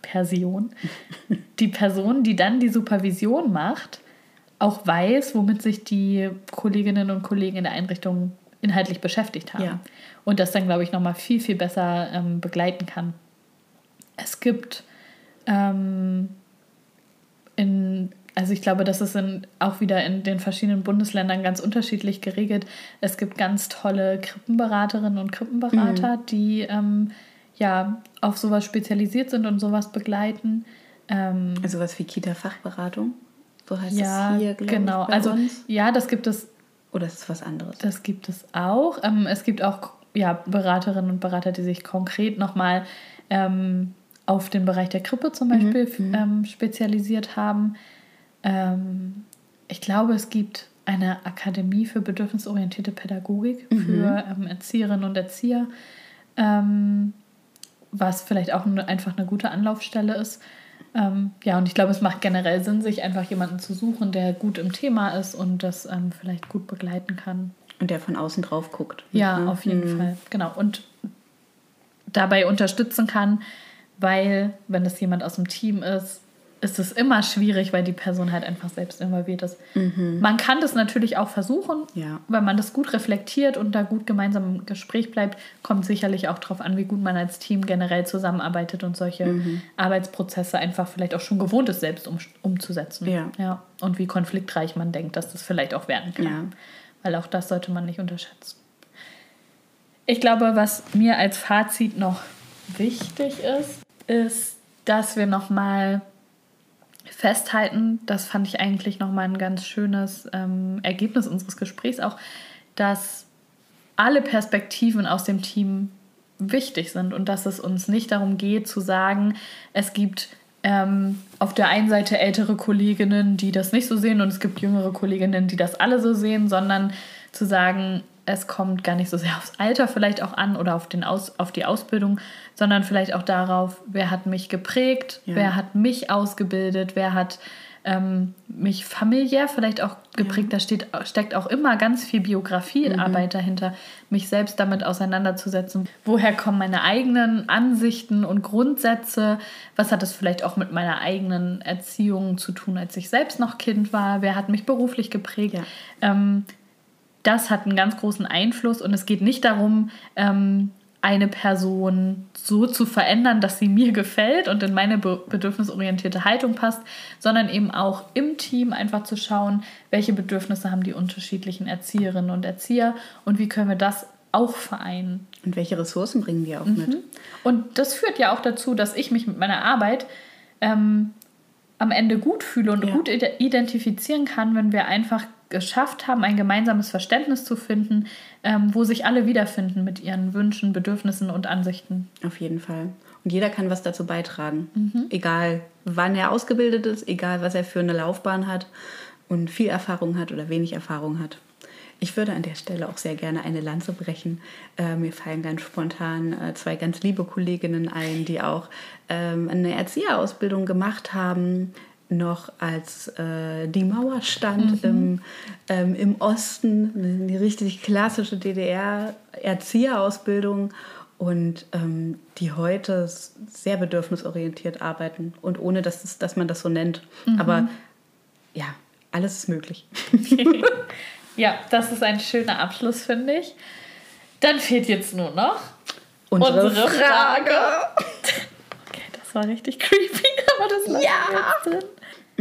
die dann die Supervision macht, auch weiß, womit sich die Kolleginnen und Kollegen in der Einrichtung inhaltlich beschäftigt haben. Ja. Und das dann, glaube ich, nochmal viel, viel besser begleiten kann. Es gibt ich glaube, das ist auch wieder in den verschiedenen Bundesländern ganz unterschiedlich geregelt. Es gibt ganz tolle Krippenberaterinnen und Krippenberater, die auf sowas spezialisiert sind und sowas begleiten. Also was wie Kita-Fachberatung? So heißt das hier, glaube ich, bei uns. Ja, das gibt es. Oder ist es was anderes? Das gibt es auch. Es gibt auch Beraterinnen und Berater, die sich konkret nochmal auf den Bereich der Krippe zum Beispiel spezialisiert haben. Ich glaube, es gibt eine Akademie für bedürfnisorientierte Pädagogik für Erzieherinnen und Erzieher, was vielleicht auch einfach eine gute Anlaufstelle ist. Und ich glaube, es macht generell Sinn, sich einfach jemanden zu suchen, der gut im Thema ist und das vielleicht gut begleiten kann. Und der von außen drauf guckt. Ja, auf jeden Fall. Genau. Und dabei unterstützen kann, weil, wenn das jemand aus dem Team ist es immer schwierig, weil die Person halt einfach selbst involviert ist. Man kann das natürlich auch versuchen, wenn man das gut reflektiert und da gut gemeinsam im Gespräch bleibt, kommt sicherlich auch darauf an, wie gut man als Team generell zusammenarbeitet und solche Arbeitsprozesse einfach vielleicht auch schon gewohnt ist, selbst umzusetzen. Ja. Und wie konfliktreich man denkt, dass das vielleicht auch werden kann. Ja. Weil auch das sollte man nicht unterschätzen. Ich glaube, was mir als Fazit noch wichtig ist, dass wir nochmal festhalten, das fand ich eigentlich nochmal ein ganz schönes Ergebnis unseres Gesprächs auch, dass alle Perspektiven aus dem Team wichtig sind und dass es uns nicht darum geht zu sagen, es gibt auf der einen Seite ältere Kolleginnen, die das nicht so sehen und es gibt jüngere Kolleginnen, die das alle so sehen, sondern zu sagen, es kommt gar nicht so sehr aufs Alter vielleicht auch an oder auf die Ausbildung, sondern vielleicht auch darauf, wer hat mich geprägt, wer hat mich ausgebildet, wer hat mich familiär vielleicht auch geprägt. Da steckt auch immer ganz viel Biografiearbeit dahinter, mich selbst damit auseinanderzusetzen. Woher kommen meine eigenen Ansichten und Grundsätze? Was hat es vielleicht auch mit meiner eigenen Erziehung zu tun, als ich selbst noch Kind war? Wer hat mich beruflich geprägt? Ja. Das hat einen ganz großen Einfluss und es geht nicht darum, eine Person so zu verändern, dass sie mir gefällt und in meine bedürfnisorientierte Haltung passt, sondern eben auch im Team einfach zu schauen, welche Bedürfnisse haben die unterschiedlichen Erzieherinnen und Erzieher und wie können wir das auch vereinen. Und welche Ressourcen bringen wir auch mit. Und das führt ja auch dazu, dass ich mich mit meiner Arbeit am Ende gut fühle und gut identifizieren kann, wenn wir einfach geschafft haben, ein gemeinsames Verständnis zu finden, wo sich alle wiederfinden mit ihren Wünschen, Bedürfnissen und Ansichten. Auf jeden Fall. Und jeder kann was dazu beitragen. Egal, wann er ausgebildet ist, egal, was er für eine Laufbahn hat und viel Erfahrung hat oder wenig Erfahrung hat. Ich würde an der Stelle auch sehr gerne eine Lanze brechen. Mir fallen ganz spontan 2 ganz liebe Kolleginnen ein, die auch eine Erzieherausbildung gemacht haben, noch als die Mauer stand im Osten, eine richtig klassische DDR-Erzieherausbildung und die heute sehr bedürfnisorientiert arbeiten und ohne, dass man das so nennt. Aber ja, alles ist möglich. Ja, das ist ein schöner Abschluss, finde ich. Dann fehlt jetzt nur noch unsere Frage. Okay, das war richtig creepy, aber das lassen wir jetzt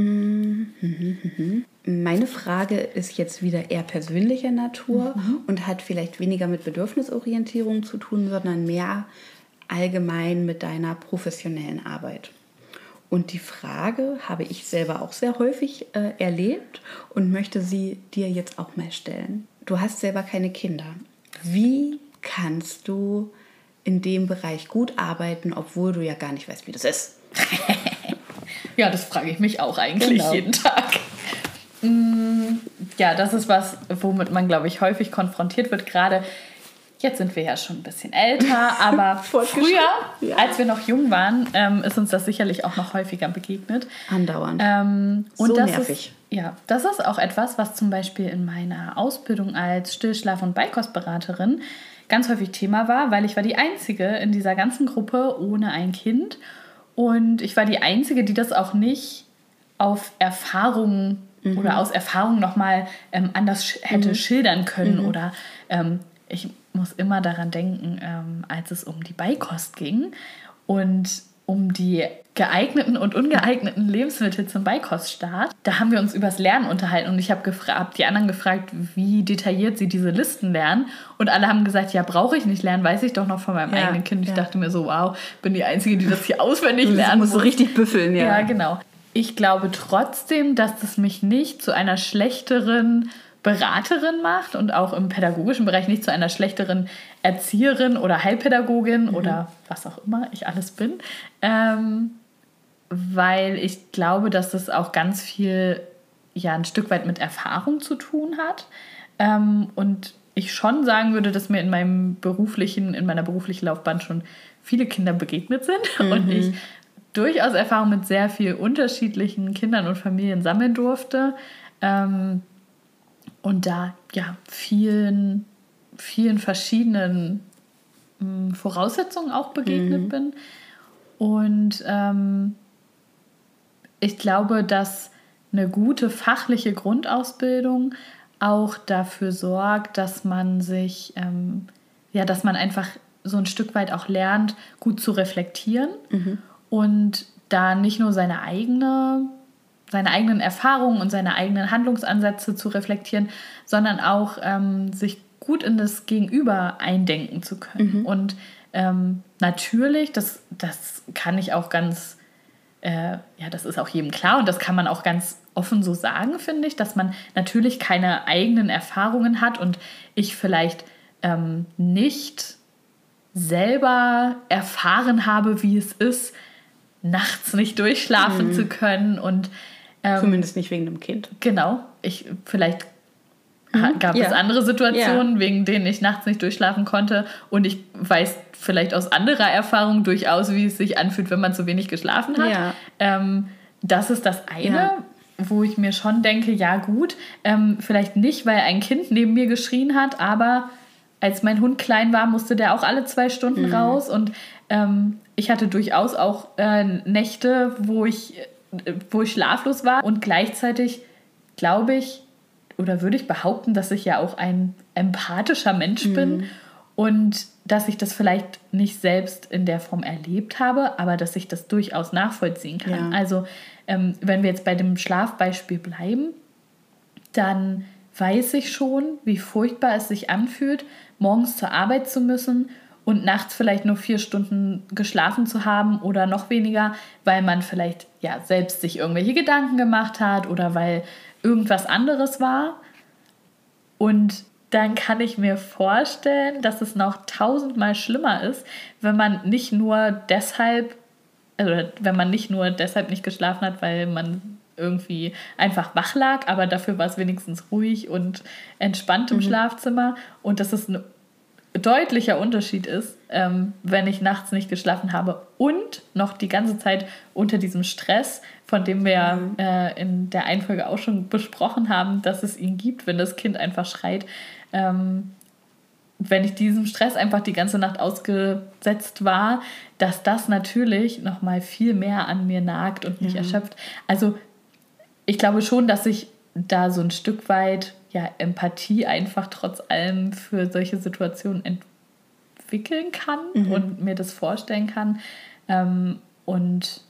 drin. Meine Frage ist jetzt wieder eher persönlicher Natur und hat vielleicht weniger mit Bedürfnisorientierung zu tun, sondern mehr allgemein mit deiner professionellen Arbeit. Und die Frage habe ich selber auch sehr häufig erlebt und möchte sie dir jetzt auch mal stellen. Du hast selber keine Kinder. Wie kannst du in dem Bereich gut arbeiten, obwohl du ja gar nicht weißt, wie das ist? Ja, das frage ich mich auch eigentlich jeden Tag. ja, das ist was, womit man, glaube ich, häufig konfrontiert wird. Gerade jetzt sind wir ja schon ein bisschen älter, aber früher, als wir noch jung waren, ist uns das sicherlich auch noch häufiger begegnet. Andauernd. Und so das nervig. Das ist auch etwas, was zum Beispiel in meiner Ausbildung als Stillschlaf- und Beikostberaterin ganz häufig Thema war, weil ich war die Einzige in dieser ganzen Gruppe ohne ein Kind. Und ich war die Einzige, die das auch nicht auf Erfahrungen oder aus Erfahrung nochmal anders hätte schildern können. Oder ich muss immer daran denken, als es um die Beikost ging und um die geeigneten und ungeeigneten Lebensmittel zum Beikoststart. Da haben wir uns übers Lernen unterhalten und ich habe die anderen gefragt, wie detailliert sie diese Listen lernen. Und alle haben gesagt, ja, brauche ich nicht lernen, weiß ich doch noch von meinem eigenen Kind. Ich dachte mir so, wow, bin die Einzige, die das hier auswendig lernen muss. Du musst so richtig büffeln, ja. Ja, genau. Ich glaube trotzdem, dass das mich nicht zu einer schlechteren Beraterin macht und auch im pädagogischen Bereich nicht zu einer schlechteren Erzieherin oder Heilpädagogin oder was auch immer ich alles bin, weil ich glaube, dass das auch ganz viel ein Stück weit mit Erfahrung zu tun hat und ich schon sagen würde, dass mir in meiner beruflichen Laufbahn schon viele Kinder begegnet sind und ich durchaus Erfahrung mit sehr vielen unterschiedlichen Kindern und Familien sammeln durfte. Und da vielen verschiedenen Voraussetzungen auch begegnet bin. Und ich glaube, dass eine gute fachliche Grundausbildung auch dafür sorgt, dass man sich, dass man einfach so ein Stück weit auch lernt, gut zu reflektieren und da nicht nur seine eigenen Erfahrungen und seine eigenen Handlungsansätze zu reflektieren, sondern auch sich gut in das Gegenüber eindenken zu können. Und natürlich, das kann ich auch ganz, das ist auch jedem klar und das kann man auch ganz offen so sagen, finde ich, dass man natürlich keine eigenen Erfahrungen hat und ich vielleicht nicht selber erfahren habe, wie es ist, nachts nicht durchschlafen zu können und zumindest nicht wegen dem Kind. Genau. Vielleicht gab es andere Situationen, wegen denen ich nachts nicht durchschlafen konnte und ich weiß vielleicht aus anderer Erfahrung durchaus, wie es sich anfühlt, wenn man zu wenig geschlafen hat. Das ist das eine, wo ich mir schon denke, ja gut, vielleicht nicht, weil ein Kind neben mir geschrien hat, aber als mein Hund klein war, musste der auch alle 2 Stunden raus und ich hatte durchaus auch Nächte, wo ich schlaflos war und gleichzeitig glaube ich oder würde ich behaupten, dass ich ja auch ein empathischer Mensch bin und dass ich das vielleicht nicht selbst in der Form erlebt habe, aber dass ich das durchaus nachvollziehen kann. Ja. Also wenn wir jetzt bei dem Schlafbeispiel bleiben, dann weiß ich schon, wie furchtbar es sich anfühlt, morgens zur Arbeit zu müssen und nachts vielleicht nur 4 Stunden geschlafen zu haben oder noch weniger, weil man vielleicht selbst sich irgendwelche Gedanken gemacht hat oder weil irgendwas anderes war. Und dann kann ich mir vorstellen, dass es noch 1000-mal schlimmer ist, wenn man nicht nur deshalb nicht geschlafen hat, weil man irgendwie einfach wach lag, aber dafür war es wenigstens ruhig und entspannt im Schlafzimmer und dass es ein deutlicher Unterschied ist, wenn ich nachts nicht geschlafen habe und noch die ganze Zeit unter diesem Stress, von dem wir in der einen Folge auch schon besprochen haben, dass es ihn gibt, wenn das Kind einfach schreit. Wenn ich diesem Stress einfach die ganze Nacht ausgesetzt war, dass das natürlich noch mal viel mehr an mir nagt und mich erschöpft. Also ich glaube schon, dass ich da so ein Stück weit Empathie einfach trotz allem für solche Situationen entwickeln kann und mir das vorstellen kann. Und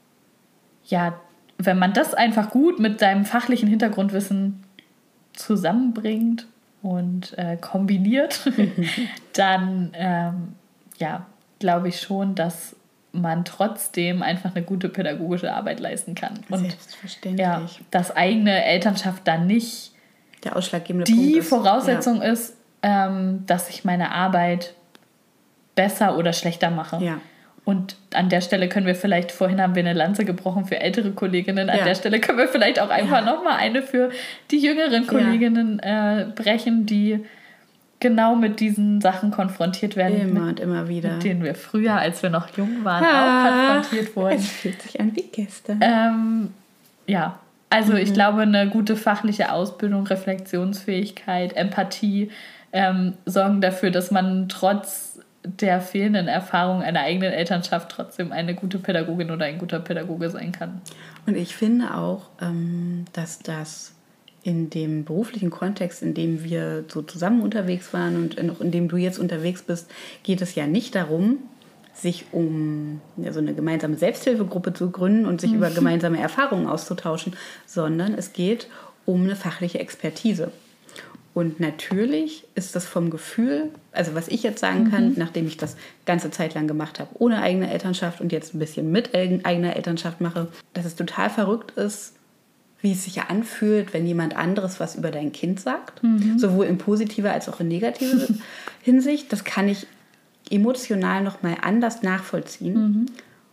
wenn man das einfach gut mit seinem fachlichen Hintergrundwissen zusammenbringt und kombiniert, dann glaube ich schon, dass man trotzdem einfach eine gute pädagogische Arbeit leisten kann. Und selbstverständlich. dass eigene Elternschaft dann nicht der ausschlaggebende Punkt ist. Die Voraussetzung ist, dass ich meine Arbeit besser oder schlechter mache. Ja. Und an der Stelle können wir vielleicht, vorhin haben wir eine Lanze gebrochen für ältere Kolleginnen, an der Stelle können wir vielleicht auch einfach nochmal eine für die jüngeren Kolleginnen brechen, die genau mit diesen Sachen konfrontiert werden. Immer und immer wieder. Mit denen wir früher, als wir noch jung waren, auch konfrontiert wurden. Es fühlt sich an wie gestern. Also ich glaube, eine gute fachliche Ausbildung, Reflexionsfähigkeit, Empathie sorgen dafür, dass man trotz der fehlenden Erfahrung einer eigenen Elternschaft trotzdem eine gute Pädagogin oder ein guter Pädagoge sein kann. Und ich finde auch, dass das in dem beruflichen Kontext, in dem wir so zusammen unterwegs waren und auch in dem du jetzt unterwegs bist, geht es ja nicht darum, sich um so eine gemeinsame Selbsthilfegruppe zu gründen und sich über gemeinsame Erfahrungen auszutauschen, sondern es geht um eine fachliche Expertise. Und natürlich ist das vom Gefühl, also was ich jetzt sagen kann, nachdem ich das ganze Zeit lang gemacht habe, ohne eigene Elternschaft und jetzt ein bisschen mit eigener Elternschaft mache, dass es total verrückt ist, wie es sich anfühlt, wenn jemand anderes was über dein Kind sagt, sowohl in positiver als auch in negativer Hinsicht. Das kann ich emotional nochmal anders nachvollziehen.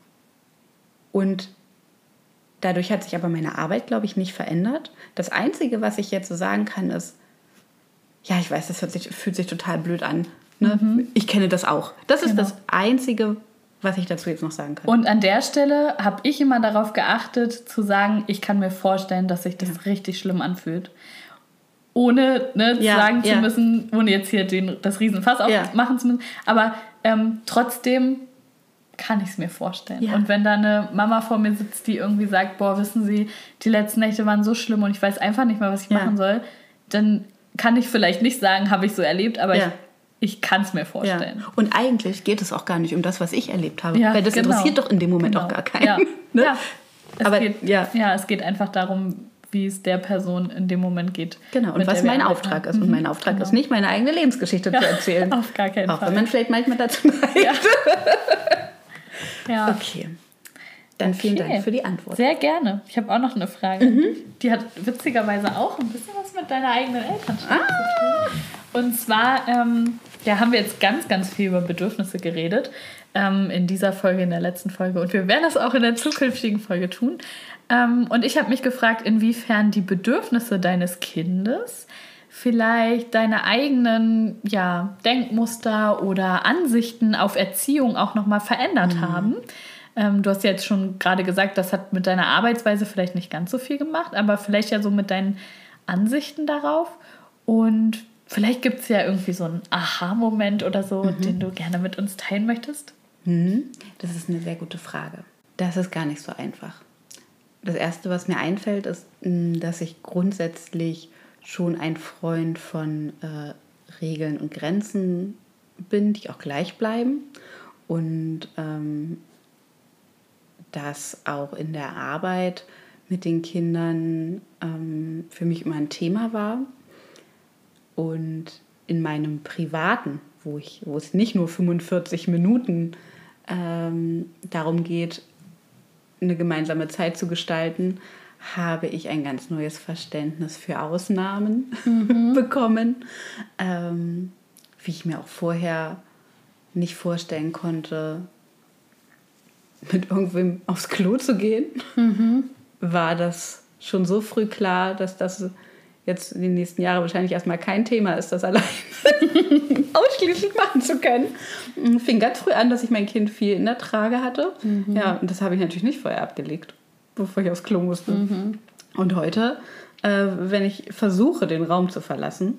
Und dadurch hat sich aber meine Arbeit, glaube ich, nicht verändert. Das Einzige, was ich jetzt so sagen kann, ist, ja, ich weiß, das fühlt sich total blöd an. Ne? Ich kenne das auch. Das ist das Einzige, was ich dazu jetzt noch sagen kann. Und an der Stelle habe ich immer darauf geachtet, zu sagen, ich kann mir vorstellen, dass sich das richtig schlimm anfühlt. Ohne sagen zu müssen, ohne jetzt hier das Riesenfass aufmachen zu müssen. Aber trotzdem kann ich es mir vorstellen. Ja. Und wenn da eine Mama vor mir sitzt, die irgendwie sagt, boah, wissen Sie, die letzten Nächte waren so schlimm und ich weiß einfach nicht mehr, was ich machen soll, dann kann ich vielleicht nicht sagen, habe ich so erlebt, aber ich kann es mir vorstellen. Ja. Und eigentlich geht es auch gar nicht um das, was ich erlebt habe, weil das interessiert doch in dem Moment auch gar keinen. Ja. Ne? Es geht einfach darum, wie es der Person in dem Moment geht. Genau, und was mein Auftrag ist. Und mein Auftrag ist nicht, meine eigene Lebensgeschichte zu erzählen. Auf gar keinen Fall. Auch wenn man vielleicht manchmal dazu neigt. Ja. Okay. Dann vielen Dank für die Antwort. Sehr gerne. Ich habe auch noch eine Frage. Die hat witzigerweise auch ein bisschen was mit deiner eigenen Elternschaft zu tun. Und zwar haben wir jetzt ganz, ganz viel über Bedürfnisse geredet. In dieser Folge, in der letzten Folge. Und wir werden das auch in der zukünftigen Folge tun. Und ich habe mich gefragt, inwiefern die Bedürfnisse deines Kindes vielleicht deine eigenen Denkmuster oder Ansichten auf Erziehung auch nochmal verändert haben. Du hast ja jetzt schon gerade gesagt, das hat mit deiner Arbeitsweise vielleicht nicht ganz so viel gemacht, aber vielleicht ja so mit deinen Ansichten darauf. Und vielleicht gibt es ja irgendwie so einen Aha-Moment oder so, den du gerne mit uns teilen möchtest. Das ist eine sehr gute Frage. Das ist gar nicht so einfach. Das Erste, was mir einfällt, ist, dass ich grundsätzlich schon ein Freund von Regeln und Grenzen bin, die auch gleich bleiben. Und das auch in der Arbeit mit den Kindern für mich immer ein Thema war. Und in meinem Privaten, wo es nicht nur 45 Minuten darum geht, eine gemeinsame Zeit zu gestalten, habe ich ein ganz neues Verständnis für Ausnahmen bekommen, wie ich mir auch vorher nicht vorstellen konnte, mit irgendwem aufs Klo zu gehen, war das schon so früh klar, dass das jetzt in den nächsten Jahren wahrscheinlich erstmal kein Thema ist, das allein ausschließlich machen zu können. Fing ganz früh an, dass ich mein Kind viel in der Trage hatte. Ja, und das habe ich natürlich nicht vorher abgelegt, bevor ich aufs Klo musste. Und heute, wenn ich versuche, den Raum zu verlassen,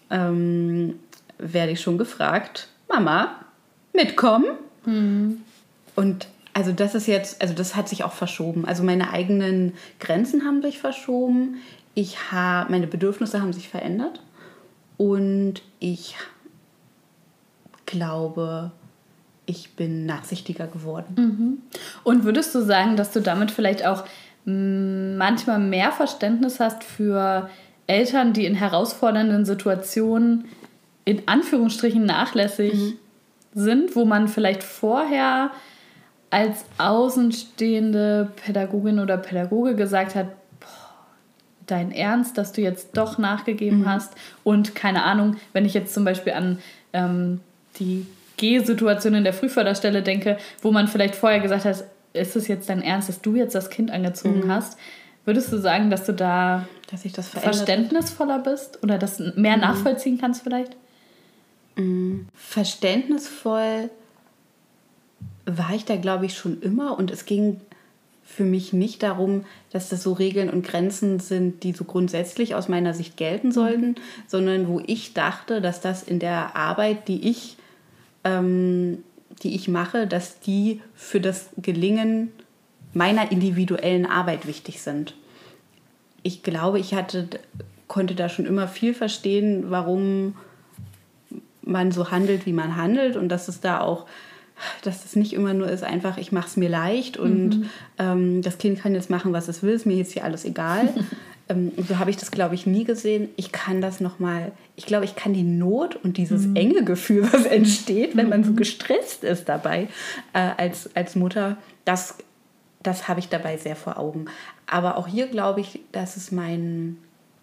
werde ich schon gefragt, Mama, mitkommen? Und also das ist jetzt, also das hat sich auch verschoben. Also meine eigenen Grenzen haben sich verschoben. Meine Bedürfnisse haben sich verändert. Und ich glaube, ich bin nachsichtiger geworden. Und würdest du sagen, dass du damit vielleicht auch manchmal mehr Verständnis hast für Eltern, die in herausfordernden Situationen in Anführungsstrichen nachlässig sind, wo man vielleicht vorher als außenstehende Pädagogin oder Pädagoge gesagt hat, dein Ernst, dass du jetzt doch nachgegeben hast und keine Ahnung, wenn ich jetzt zum Beispiel an die Gehsituation in der Frühförderstelle denke, wo man vielleicht vorher gesagt hat, ist es jetzt dein Ernst, dass du jetzt das Kind angezogen hast? Würdest du sagen, dass du da verständnisvoller bist oder das mehr nachvollziehen kannst vielleicht? Verständnisvoll war ich da, glaube ich, schon immer. Und es ging für mich nicht darum, dass das so Regeln und Grenzen sind, die so grundsätzlich aus meiner Sicht gelten sollten, sondern wo ich dachte, dass das in der Arbeit, die ich mache, dass die für das Gelingen meiner individuellen Arbeit wichtig sind. Ich glaube, ich konnte da schon immer viel verstehen, warum man so handelt, wie man handelt und dass es da auch, dass es nicht immer nur ist, einfach ich mache es mir leicht und das Kind kann jetzt machen, was es will, ist mir jetzt hier alles egal. So habe ich das, glaube ich, nie gesehen. Ich kann das nochmal, ich glaube, ich kann die Not und dieses enge Gefühl, was entsteht, wenn man so gestresst ist dabei als Mutter, das habe ich dabei sehr vor Augen. Aber auch hier glaube ich, dass es mein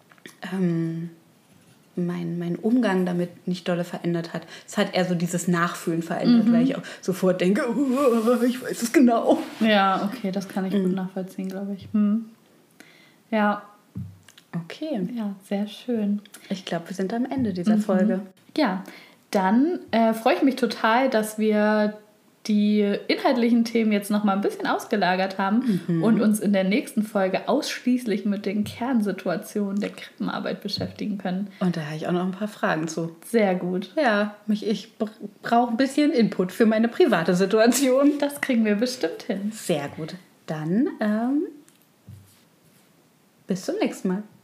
Umgang damit nicht dolle verändert hat. Es hat eher so dieses Nachfühlen verändert, weil ich auch sofort denke, ich weiß es genau. Ja, okay, das kann ich gut nachvollziehen, glaube ich. Ja. Okay. Ja, sehr schön. Ich glaube, wir sind am Ende dieser Folge. Ja, dann freue ich mich total, dass wir die inhaltlichen Themen jetzt noch mal ein bisschen ausgelagert haben und uns in der nächsten Folge ausschließlich mit den Kernsituationen der Krippenarbeit beschäftigen können. Und da habe ich auch noch ein paar Fragen zu. Sehr gut. Ja, ich brauche ein bisschen Input für meine private Situation. Das kriegen wir bestimmt hin. Sehr gut. Dann bis zum nächsten Mal.